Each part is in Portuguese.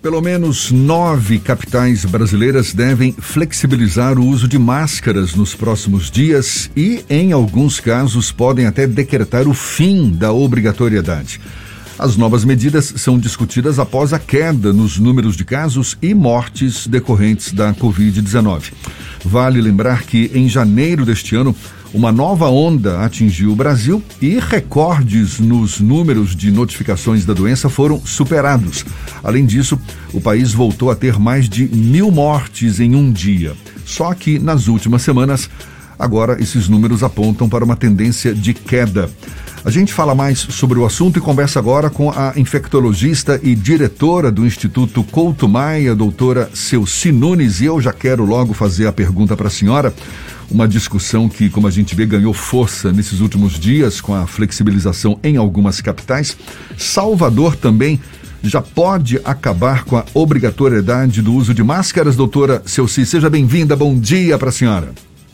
Pelo menos 9 capitais brasileiras devem flexibilizar o uso de máscaras nos próximos dias e, em alguns casos, podem até decretar o fim da obrigatoriedade. As novas medidas são discutidas após a queda nos números de casos e mortes decorrentes da Covid-19. Vale lembrar que, em janeiro deste ano, uma nova onda atingiu o Brasil e recordes nos números de notificações da doença foram superados. Além disso, o país voltou a ter mais de 1.000 mortes em um dia. Só que, nas últimas semanas, agora esses números apontam para uma tendência de queda. A gente fala mais sobre o assunto e conversa agora com a infectologista e diretora do Instituto Couto Maia, doutora Celci Nunes, e eu já quero logo fazer a pergunta para a senhora. Uma discussão que, como a gente vê, ganhou força nesses últimos dias com a flexibilização em algumas capitais. Salvador também já pode acabar com a obrigatoriedade do uso de máscaras. Doutora Celci, seja bem-vinda. Bom dia para a senhora.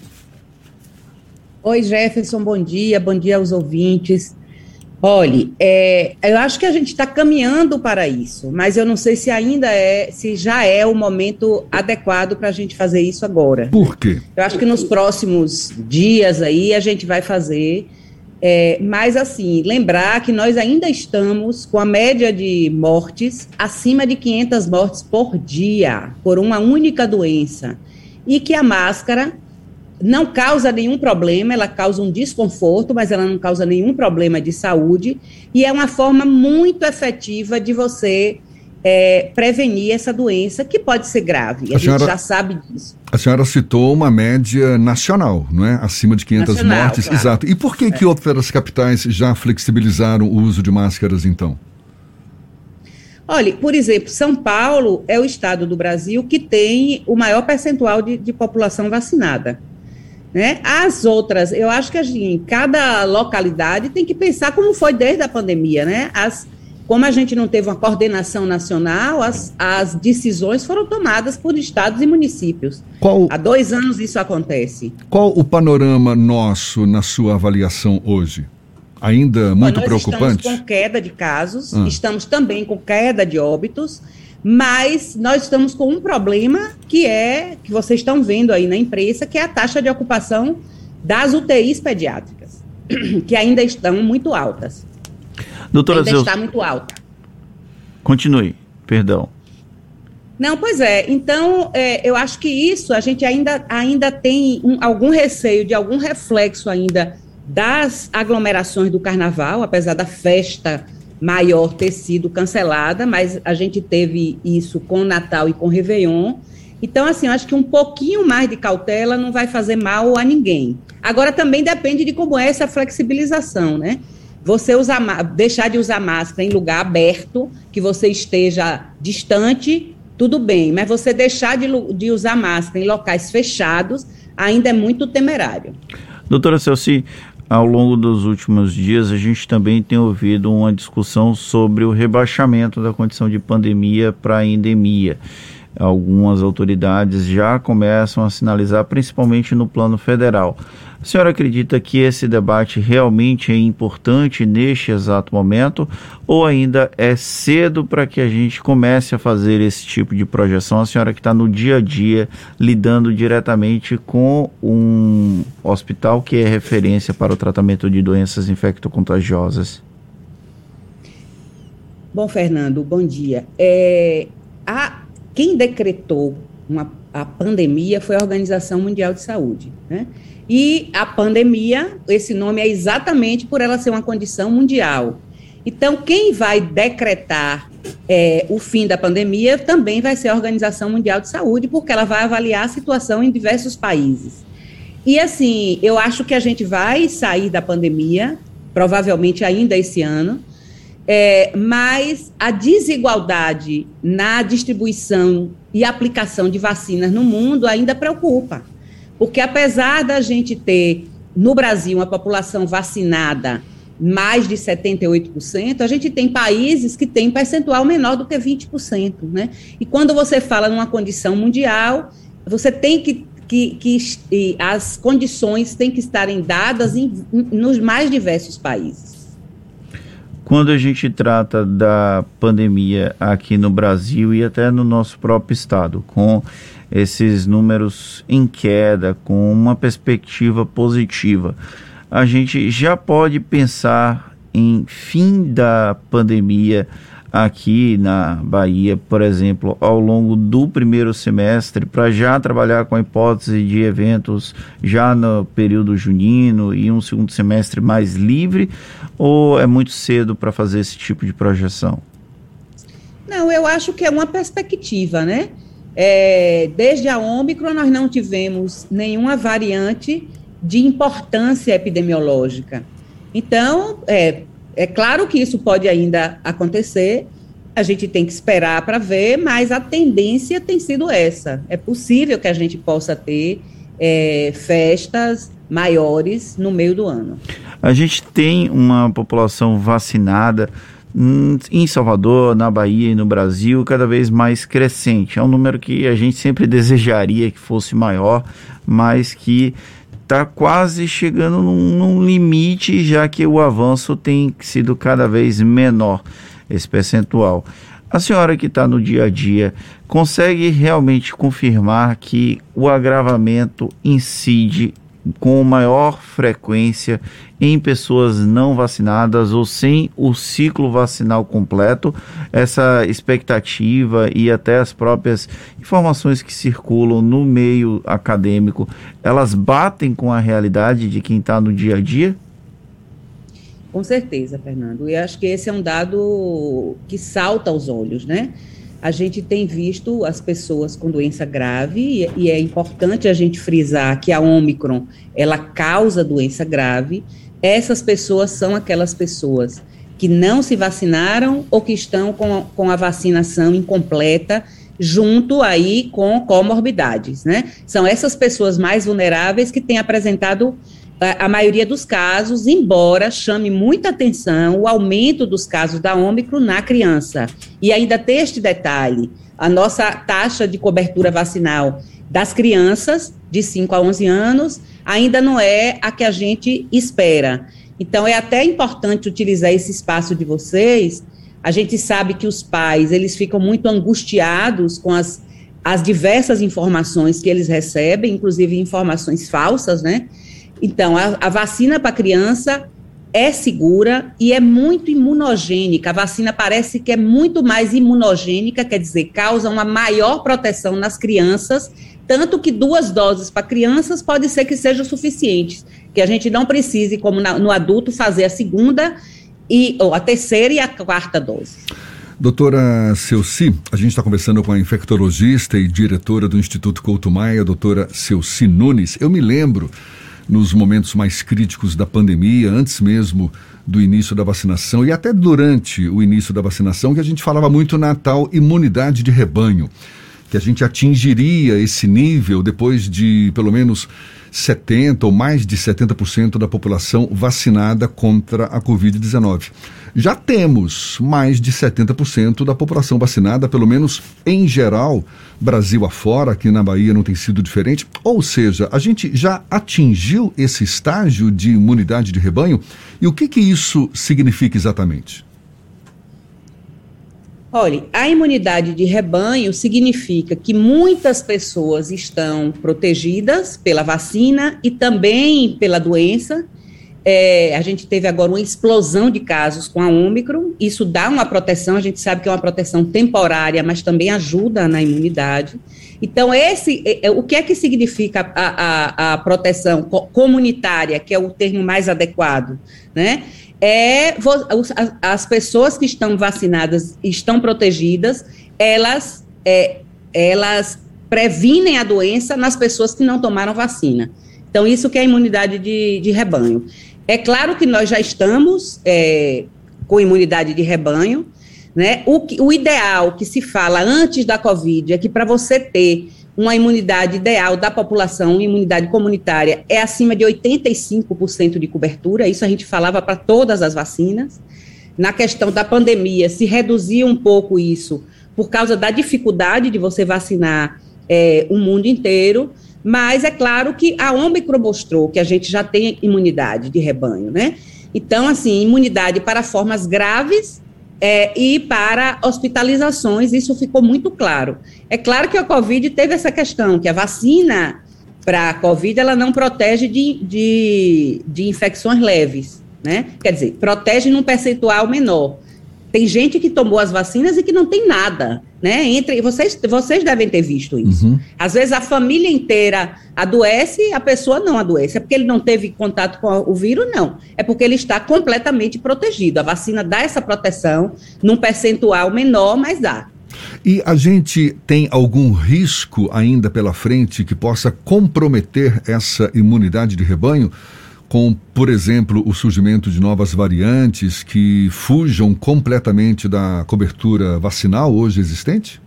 Oi, Jefferson, bom dia aos ouvintes. Olhe, eu acho que a gente está caminhando para isso, mas eu não sei se já é o momento adequado para a gente fazer isso agora. Por quê? Eu acho que nos próximos dias aí a gente vai fazer, mas assim, lembrar que nós ainda estamos com a média de mortes acima de 500 mortes por dia, por uma única doença, e que a máscara não causa nenhum problema, ela causa um desconforto, mas ela não causa nenhum problema de saúde, e é uma forma muito efetiva de você prevenir essa doença, que pode ser grave, a gente já sabe disso. A senhora citou uma média nacional, não é? Acima de 500 mortes, claro. Exato. E por que outras capitais já flexibilizaram o uso de máscaras, então? Olha, por exemplo, São Paulo é o estado do Brasil que tem o maior percentual de população vacinada. Né? As outras, eu acho que assim, cada localidade tem que pensar como foi desde a pandemia, né? Como a gente não teve uma coordenação nacional, as decisões foram tomadas por estados e municípios. Há 2 anos isso acontece. Qual o panorama nosso na sua avaliação hoje? Ainda muito preocupante? Estamos com queda de casos, estamos também com queda de óbitos, mas nós estamos com um problema que vocês estão vendo aí na imprensa, que é a taxa de ocupação das UTIs pediátricas, que ainda estão muito altas. Doutora ainda está muito alta. Continue, perdão. Não, pois é. Então, eu acho que isso a gente ainda tem algum receio de algum reflexo ainda das aglomerações do carnaval, apesar da festa maior ter sido cancelada, mas a gente teve isso com Natal e com Réveillon. Então, assim, eu acho que um pouquinho mais de cautela não vai fazer mal a ninguém. Agora, também depende de como é essa flexibilização, né? Você deixar de usar máscara em lugar aberto, que você esteja distante, tudo bem, mas você deixar de usar máscara em locais fechados ainda é muito temerário. Doutora Celci, ao longo dos últimos dias, a gente também tem ouvido uma discussão sobre o rebaixamento da condição de pandemia para endemia. Algumas autoridades já começam a sinalizar, principalmente no plano federal. A senhora acredita que esse debate realmente é importante neste exato momento, ou ainda é cedo para que a gente comece a fazer esse tipo de projeção? A senhora que está no dia a dia lidando diretamente com um hospital que é referência para o tratamento de doenças infectocontagiosas. Bom, Fernando, bom dia. Quem decretou a pandemia foi a Organização Mundial de Saúde, né? E a pandemia, esse nome é exatamente por ela ser uma condição mundial. Então, quem vai decretar o fim da pandemia também vai ser a Organização Mundial de Saúde, porque ela vai avaliar a situação em diversos países. E, assim, eu acho que a gente vai sair da pandemia, provavelmente ainda esse ano, mas a desigualdade na distribuição e aplicação de vacinas no mundo ainda preocupa. Porque apesar da gente ter, no Brasil, uma população vacinada mais de 78%, a gente tem países que têm percentual menor do que 20%, né? E quando você fala numa condição mundial, você tem que as condições têm que estarem dadas nos mais diversos países. quando a gente trata da pandemia aqui no Brasil e até no nosso próprio estado, com esses números em queda, com uma perspectiva positiva, a gente já pode pensar em fim da pandemia aqui na Bahia, por exemplo, ao longo do primeiro semestre, para já trabalhar com a hipótese de eventos já no período junino e um segundo semestre mais livre, ou é muito cedo para fazer esse tipo de projeção? Não, eu acho que é uma perspectiva, né? Desde a Ômicron nós não tivemos nenhuma variante de importância epidemiológica. Então, é claro que isso pode ainda acontecer, a gente tem que esperar para ver, mas a tendência tem sido essa. É possível que a gente possa ter festas maiores no meio do ano. A gente tem uma população vacinada em Salvador, na Bahia e no Brasil, cada vez mais crescente. É um número que a gente sempre desejaria que fosse maior, mas que está quase chegando num limite, já que o avanço tem sido cada vez menor, esse percentual. A senhora que está no dia a dia, consegue realmente confirmar que o agravamento incide com maior frequência em pessoas não vacinadas ou sem o ciclo vacinal completo? Essa expectativa e até as próprias informações que circulam no meio acadêmico, elas batem com a realidade de quem está no dia a dia? Com certeza, Fernando. E acho que esse é um dado que salta aos olhos, né? A gente tem visto as pessoas com doença grave e é importante a gente frisar que a Ômicron, ela causa doença grave. Essas pessoas são aquelas pessoas que não se vacinaram ou que estão com a vacinação incompleta, junto aí com comorbidades, né? São essas pessoas mais vulneráveis que têm apresentado a maioria dos casos, embora chame muita atenção o aumento dos casos da Ômicron na criança. E ainda tem este detalhe, a nossa taxa de cobertura vacinal das crianças de 5 a 11 anos ainda não é a que a gente espera. Então, é até importante utilizar esse espaço de vocês. A gente sabe que os pais, eles ficam muito angustiados com as diversas informações que eles recebem, inclusive informações falsas, né? Então, a vacina para criança é segura e é muito imunogênica. A vacina parece que é muito mais imunogênica, quer dizer, causa uma maior proteção nas crianças, tanto que 2 doses para crianças pode ser que sejam suficientes, que a gente não precise, como no adulto, fazer a segunda, ou a terceira e a 4ª dose. Doutora Celci, a gente está conversando com a infectologista e diretora do Instituto Couto Maia, doutora Celci Nunes. Eu me lembro, nos momentos mais críticos da pandemia, antes mesmo do início da vacinação e até durante o início da vacinação, que a gente falava muito na tal imunidade de rebanho, que a gente atingiria esse nível depois de pelo menos 70% ou mais de 70% da população vacinada contra a Covid-19. Já temos mais de 70% da população vacinada, pelo menos em geral, Brasil afora, aqui na Bahia não tem sido diferente. Ou seja, a gente já atingiu esse estágio de imunidade de rebanho. E o que isso significa exatamente? Olha, a imunidade de rebanho significa que muitas pessoas estão protegidas pela vacina e também pela doença. A gente teve agora uma explosão de casos com a Ômicron, isso dá uma proteção, a gente sabe que é uma proteção temporária, mas também ajuda na imunidade. Então, o que é que significa a proteção comunitária, que é o termo mais adequado, né? As pessoas que estão vacinadas, estão protegidas, elas previnem a doença nas pessoas que não tomaram vacina. Então, isso que é a imunidade de rebanho. É claro que nós já estamos com imunidade de rebanho, né? O ideal que se fala antes da Covid é que para você ter uma imunidade ideal da população, uma imunidade comunitária, é acima de 85% de cobertura, isso a gente falava para todas as vacinas. Na questão da pandemia, se reduziu um pouco isso por causa da dificuldade de você vacinar o mundo inteiro, mas é claro que a Ômicron mostrou que a gente já tem imunidade de rebanho, né? Então, assim, imunidade para formas graves e para hospitalizações, isso ficou muito claro. É claro que a Covid teve essa questão, que a vacina para a Covid, ela não protege de infecções leves, né? Quer dizer, protege num percentual menor. Tem gente que tomou as vacinas e que não tem nada, né? Vocês devem ter visto isso. Uhum. Às vezes a família inteira adoece e a pessoa não adoece. É porque ele não teve contato com o vírus, não. É porque ele está completamente protegido. A vacina dá essa proteção num percentual menor, mas dá. E a gente tem algum risco ainda pela frente que possa comprometer essa imunidade de rebanho? Com, por exemplo, o surgimento de novas variantes que fujam completamente da cobertura vacinal hoje existente?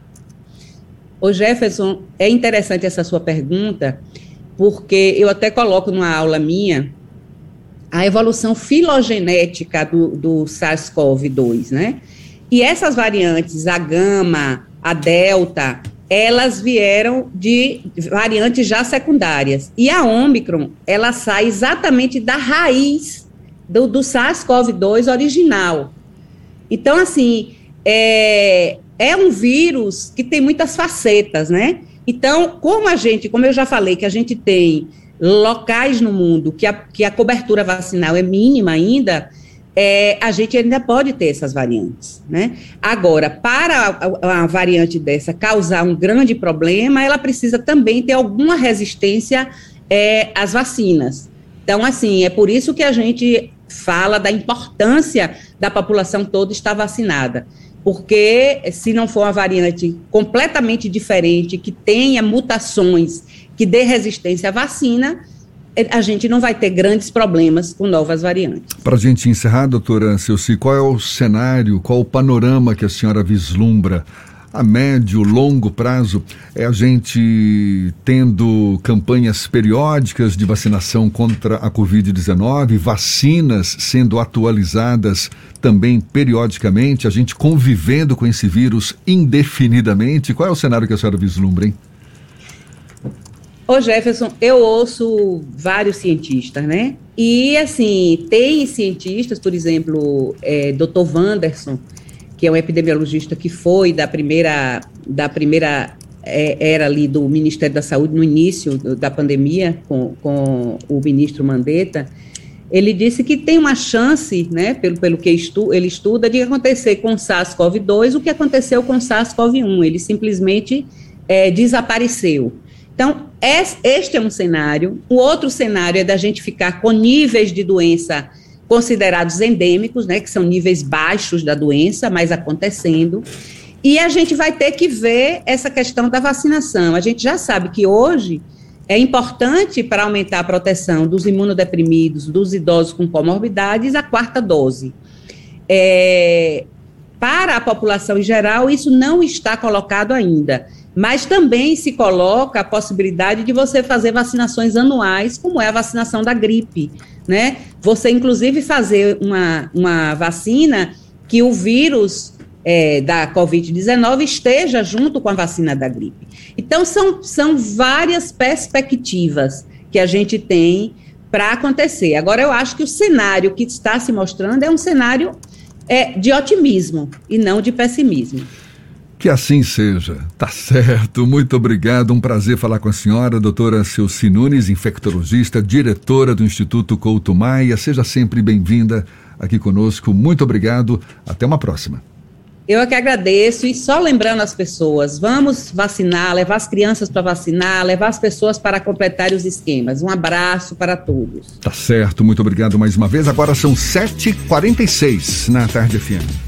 Ô Jefferson, é interessante essa sua pergunta, porque eu até coloco numa aula minha a evolução filogenética do SARS-CoV-2, né? E essas variantes, a gama, a delta, elas vieram de variantes já secundárias. E a Ômicron, ela sai exatamente da raiz do SARS-CoV-2 original. Então, assim, é um vírus que tem muitas facetas, né? Então, como eu já falei, que a gente tem locais no mundo que a cobertura vacinal é mínima ainda, a gente ainda pode ter essas variantes, né? Agora, para a variante dessa causar um grande problema, ela precisa também ter alguma resistência às vacinas. Então, assim, é por isso que a gente fala da importância da população toda estar vacinada, porque se não for uma variante completamente diferente, que tenha mutações, que dê resistência à vacina, a gente não vai ter grandes problemas com novas variantes. Para a gente encerrar, doutora Celci, qual é o cenário, qual o panorama que a senhora vislumbra a médio, longo prazo? É a gente tendo campanhas periódicas de vacinação contra a Covid-19, vacinas sendo atualizadas também periodicamente, a gente convivendo com esse vírus indefinidamente? Qual é o cenário que a senhora vislumbra, hein? Ô Jefferson, eu ouço vários cientistas, né? E, assim, tem cientistas, por exemplo, Dr. Wanderson, que é um epidemiologista que foi da primeira era ali do Ministério da Saúde, no início da pandemia, com o ministro Mandetta. Ele disse que tem uma chance, né, pelo que ele estuda, de acontecer com o SARS-CoV-2 o que aconteceu com o SARS-CoV-1. Ele simplesmente desapareceu. Então, este é um cenário. O outro cenário é da gente ficar com níveis de doença considerados endêmicos, né, que são níveis baixos da doença, mas acontecendo. E a gente vai ter que ver essa questão da vacinação. A gente já sabe que hoje é importante para aumentar a proteção dos imunodeprimidos, dos idosos com comorbidades, a 4ª dose. Para a população em geral, isso não está colocado ainda. Mas também se coloca a possibilidade de você fazer vacinações anuais, como é a vacinação da gripe, né? Você, inclusive, fazer uma vacina que o vírus da Covid-19 esteja junto com a vacina da gripe. Então, são várias perspectivas que a gente tem para acontecer. Agora, eu acho que o cenário que está se mostrando é um cenário de otimismo e não de pessimismo. Que assim seja. Tá certo. Muito obrigado. Um prazer falar com a senhora, doutora Celci Nunes, infectologista, diretora do Instituto Couto Maia. Seja sempre bem-vinda aqui conosco. Muito obrigado. Até uma próxima. Eu é que agradeço, e só lembrando as pessoas, vamos vacinar, levar as crianças para vacinar, levar as pessoas para completar os esquemas. Um abraço para todos. Tá certo. Muito obrigado mais uma vez. Agora são 7h46 na Tarde FM.